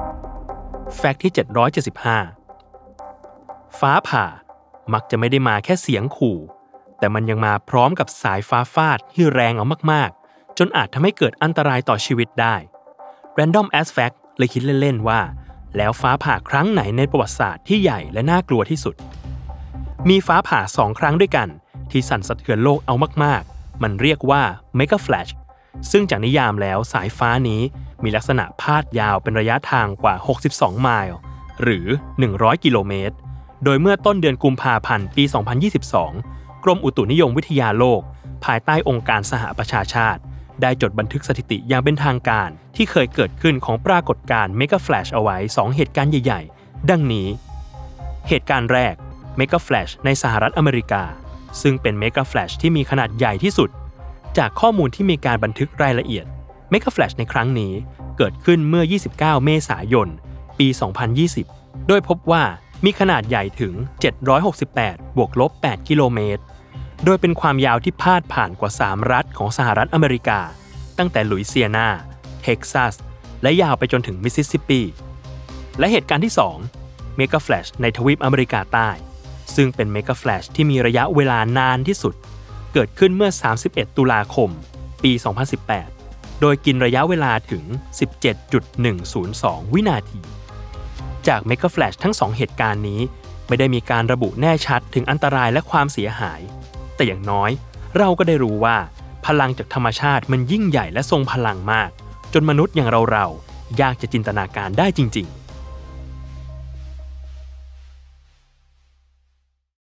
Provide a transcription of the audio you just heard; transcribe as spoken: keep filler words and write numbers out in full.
แฟกต์ที่เจ็ดร้อยเจ็ดสิบห้าฟ้าผ่ามักจะไม่ได้มาแค่เสียงขู่แต่มันยังมาพร้อมกับสายฟ้าฟาดที่แรงเอามากๆจนอาจทำให้เกิดอันตรายต่อชีวิตได้ Random as Fact เลยคิดเล่นๆว่าแล้วฟ้าผ่าครั้งไหนในประวัติศาสตร์ที่ใหญ่และน่ากลัวที่สุดมีฟ้าผ่าสองครั้งด้วยกันที่สั่นสะเทือนโลกเอามากๆมันเรียกว่า Mega Flash ซึ่งจากนิยามแล้วสายฟ้านี้มีลักษณะพาดยาวเป็นระยะทางกว่าหกสิบสองไมล์หรือหนึ่งร้อยกิโลเมตรโดยเมื่อต้นเดือนกุมภาพันธ์ปีสองพันยี่สิบสองกรมอุตุนิยมวิทยาโลกภายใต้องค์การสหประชาชาติได้จดบันทึกสถิติอย่างเป็นทางการที่เคยเกิดขึ้นของปรากฏการณ์ Mega Flash เอาไว้สองเหตุการณ์ใหญ่ๆดังนี้เหตุการณ์แรก Mega Flash ในสหรัฐอเมริกาซึ่งเป็น Mega Flash ที่มีขนาดใหญ่ที่สุดจากข้อมูลที่มีการบันทึกรายละเอียด Mega Flash ในครั้งนี้เกิดขึ้นเมื่อยี่สิบเก้าเมษายนปีสองพันยี่สิบโดยพบว่ามีขนาดใหญ่ถึงเจ็ดร้อยหกสิบแปดบวกลบแปดกิโลเมตรโดยเป็นความยาวที่พาดผ่านกว่าสามรัฐของสหรัฐอเมริกาตั้งแต่ลุยเซียนาเท็กซัสและยาวไปจนถึงมิสซิสซิปปีและเหตุการณ์ที่สอง Mega Flash ในทวีปอเมริกาใต้ซึ่งเป็น Mega Flash ที่มีระยะเวลานานที่สุดเกิดขึ้นเมื่อสามสิบเอ็ดตุลาคมปีสองพันสิบแปดโดยกินระยะเวลาถึง สิบเจ็ดจุดหนึ่งศูนย์สอง วินาทีจาก Mega Flash ทั้งสองเหตุการณ์นี้ไม่ได้มีการระบุแน่ชัดถึงอันตรายและความเสียหายแต่อย่างน้อยเราก็ได้รู้ว่าพลังจากธรรมชาติมันยิ่งใหญ่และทรงพลังมากจนมนุษย์อย่างเราๆยากจะจินตนาการได้จริงๆ